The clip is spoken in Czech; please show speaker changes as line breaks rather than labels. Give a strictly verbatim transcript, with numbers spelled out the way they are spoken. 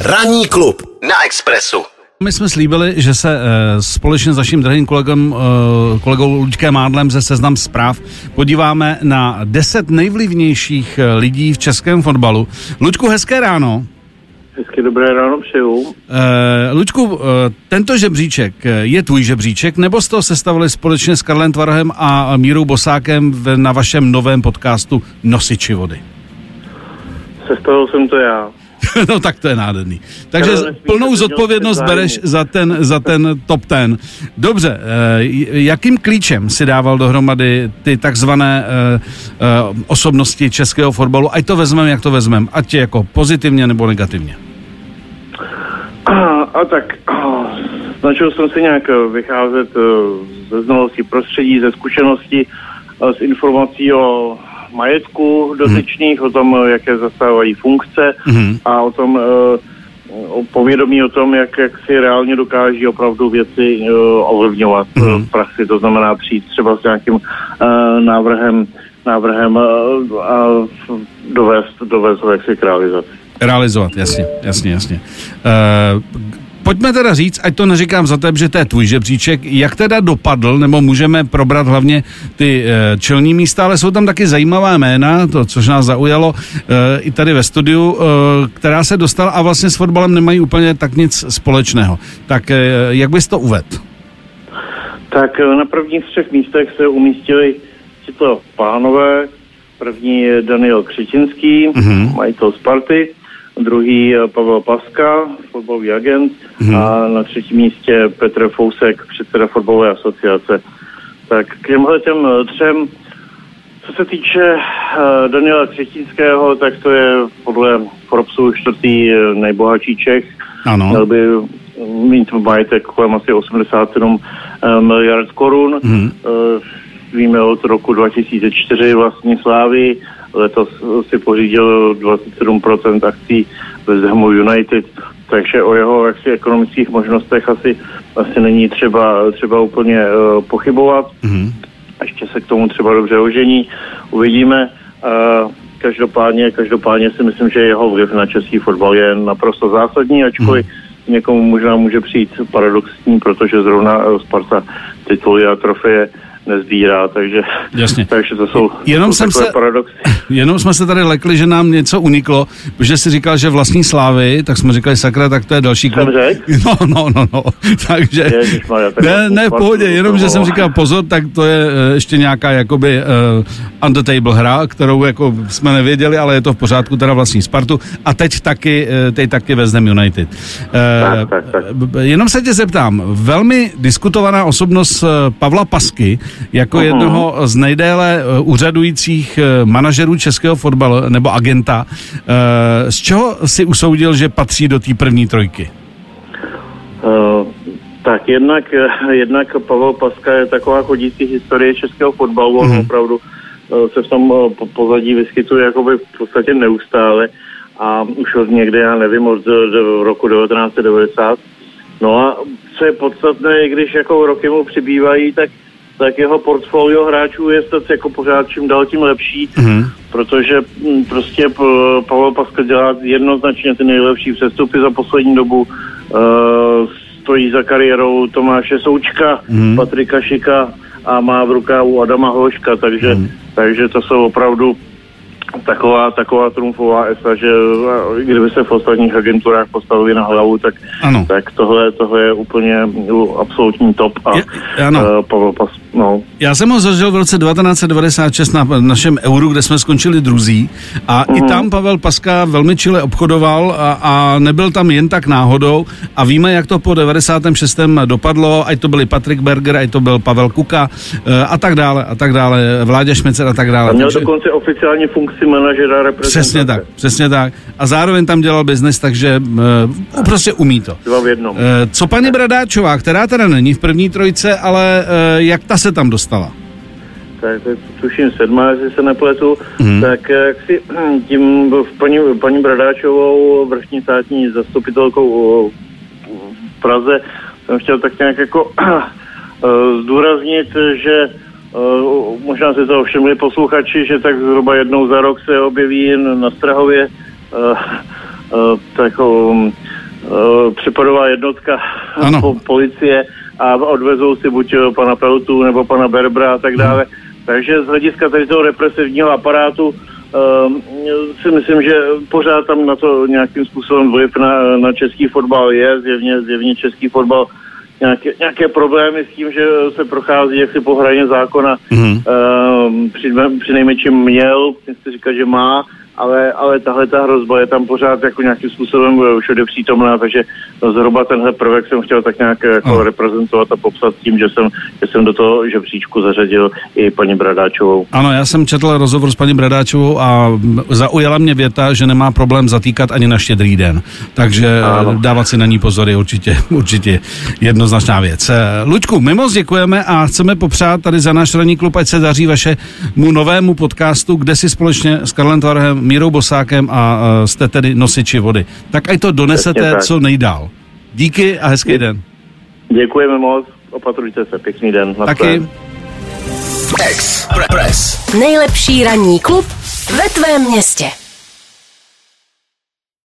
Ranní klub na Expressu.
My jsme slíbili, že se e, společně s naším drahým kolegem, e, kolegou Luďkem Mádlem ze Seznam Zpráv podíváme na deset nejvlivnějších lidí v českém fotbalu. Luďku, hezké ráno.
Hezky dobré ráno přeju.
E, Luďku, e, tento žebříček je tvůj žebříček, nebo jste ho sestavili společně s Karlem Tvarhem a Mírou Bosákem v, na vašem novém podcastu Nosiči vody?
Sestavil jsem to já.
No tak to je nádherný. Takže plnou zodpovědnost bereš za ten, za ten top ten. Dobře, jakým klíčem si dával dohromady ty takzvané osobnosti českého fotbalu? Ať to vezmeme, jak to vezmeme. Ať je jako pozitivně nebo negativně.
A, a tak a, snažil jsem se nějak vycházet ze znalosti prostředí, ze zkušenosti, z informací o majetku dotyčných, hmm. o tom, jaké zastávají funkce hmm. a o tom o povědomí o tom, jak, jak si reálně dokáží opravdu věci uh, ovlivňovat hmm. v praxi. To znamená přijít třeba s nějakým uh, návrhem, návrhem uh, a dovést, dovést ho jaksi k realizaci.
Realizovat, jasně, jasně, jasně. Uh, Pojďme teda říct, ať to neříkám za tebe, že to je tvůj žebříček, jak teda dopadl, nebo můžeme probrat hlavně ty e, čelní místa, ale jsou tam taky zajímavá jména, to, což nás zaujalo e, i tady ve studiu, e, která se dostala a vlastně s fotbalem nemají úplně tak nic společného. Tak e, jak bys to uvedl?
Tak na prvních třech místech se umístili tito pánové. První je Daniel Křetinský, mm-hmm. majitel Sparty. Druhý Pavel Paska, fotbalový agent, hmm. a na třetím místě Petr Fousek, předseda fotbalové asociace. Tak k těmhle těm třem, co se týče uh, Daniela Křetinského, tak to je podle Forbesu čtvrtý nejbohatší Čech.
Ano.
Měl by mít majetek kolem asi osmdesát sedm uh, miliard korun. Hmm. Uh, víme od roku dva tisíce čtyři vlastně Slávy. Letos si pořídil dvacet sedm procent akcí West Hamu United, takže o jeho jaksi ekonomických možnostech asi, asi není třeba, třeba úplně uh, pochybovat. Mm-hmm. Ještě se k tomu třeba dobře ožení, uvidíme. Uh, každopádně, každopádně si myslím, že jeho vliv na český fotbal je naprosto zásadní, ačkoliv mm-hmm. někomu možná může přijít paradoxní, protože zrovna uh, Sparta tituly a trofeje nezbírá, takže, takže to jsou,
jenom
jsou
jsem
takové
se,
paradoxy.
Jenom jsme se tady lekli, že nám něco uniklo, protože jsi říkal, že vlastní Slávy, tak jsme říkali sakra, tak to je další klub.
Jsem řekl?
No, no, no, no, takže,
Ježišmarja,
ne, ne, v pohodě, jenom, že jsem říkal pozor, tak to je uh, ještě nějaká jakoby uh, on the table hra, kterou jako jsme nevěděli, ale je to v pořádku, teda vlastní Spartu a teď taky, uh, teď taky West Ham United. Uh, tak, tak, tak. Jenom se tě zeptám, velmi diskutovaná osobnost uh, Pavla Pasky, jako uh-huh. jednoho z nejdéle uh, úřadujících uh, manažerů českého fotbalu, nebo agenta. Uh, z čeho si usoudil, že patří do té první trojky?
Uh, tak jednak, jednak Pavel Paska je taková chodící historie českého fotbalu, uh-huh. on opravdu uh, se v tom uh, pozadí vyskytuje jakoby v podstatě neustále a už od někde, já nevím, od uh, roku devatenáct set devadesát. No a co je podstatné, když jako roky mu přibývají, tak tak jeho portfolio hráčů je snad jako pořád čím dál tím lepší, mm. protože m, prostě p- Pavel Paska dělá jednoznačně ty nejlepší přestupy za poslední dobu. Uh, stojí za kariérou Tomáše Součka, mm. Patrika Šika a má v rukávu Adama Hloška, takže, mm. takže to jsou opravdu taková, taková trumfová esa, že kdyby se v ostatních agenturách postavili na hlavu, tak, tak tohle, tohle je úplně absolutní top. A je, ano. Uh, Pavel Pas, no.
Já jsem ho zažil v roce devatenáct set devadesát šest na našem Euru, kde jsme skončili druzí a mm. i tam Pavel Paska velmi čile obchodoval a, a nebyl tam jen tak náhodou a víme, jak to po devadesátém šestém dopadlo, ať to byli Patrik Berger, ať to byl Pavel Kuka a tak dále, a tak dále, Vláďa Šmecer a tak dále.
A měl
takže
dokonce oficiální funkci manažera reprezentace.
Přesně tak, přesně tak. A zároveň tam dělal biznes, takže uh, prostě umí to.
Dva v jednom. Uh,
co paní Bradáčová, která teda není v první trojce, ale uh, jak ta se tam dostala?
Tak to tuším sedmá, jestli se nepletu, mm. tak jak si tím v paní, paní Bradáčovou, vrchní státní zastupitelkou v Praze, jsem chtěl tak nějak jako zdůraznit, že Uh, možná si to všimli posluchači, že tak zhruba jednou za rok se objeví na Strahově uh, uh, takovou uh, přepadová jednotka po, policie a odvezou si buď pana Peltu nebo pana Berbra a tak dále. Hmm. Takže z hlediska tady toho represivního aparátu uh, si myslím, že pořád tam na to nějakým způsobem vliv na, na český fotbal je, zjevně, zjevně český fotbal nějaké, nějaké problémy s tím, že se prochází jaksi po hraně zákona. Mm-hmm. Uh, při, při nejmenším měl, nechci říkat, že má, ale, ale tahle ta hrozba je tam pořád jako nějakým způsobem všude přítomná, takže zhruba tenhle prvek jsem chtěl tak nějak jako no. reprezentovat a popsat tím, že jsem, že jsem do toho žebříčku zařadil i paní Bradáčovou.
Ano, já jsem četl rozhovor s paní Bradáčovou a zaujala mě věta, že nemá problém zatýkat ani na Štědrý den, takže ano. dávat si na ní pozor je určitě, určitě jednoznačná věc. Luďku, my moc děkujeme a chceme popřát tady za náš ranní klub, ať se daří vašemu novému podcastu, kde si společně s Karlem Tvarhem, Mírou Bosákem a uh, jste tedy nosiči vody. Tak ať to donesete co nejdál. Díky a hezký den.
Děkujeme moc, opatrujte se, pěkný den.
Taky.
Express.
Nejlepší ranní klub ve tvém městě.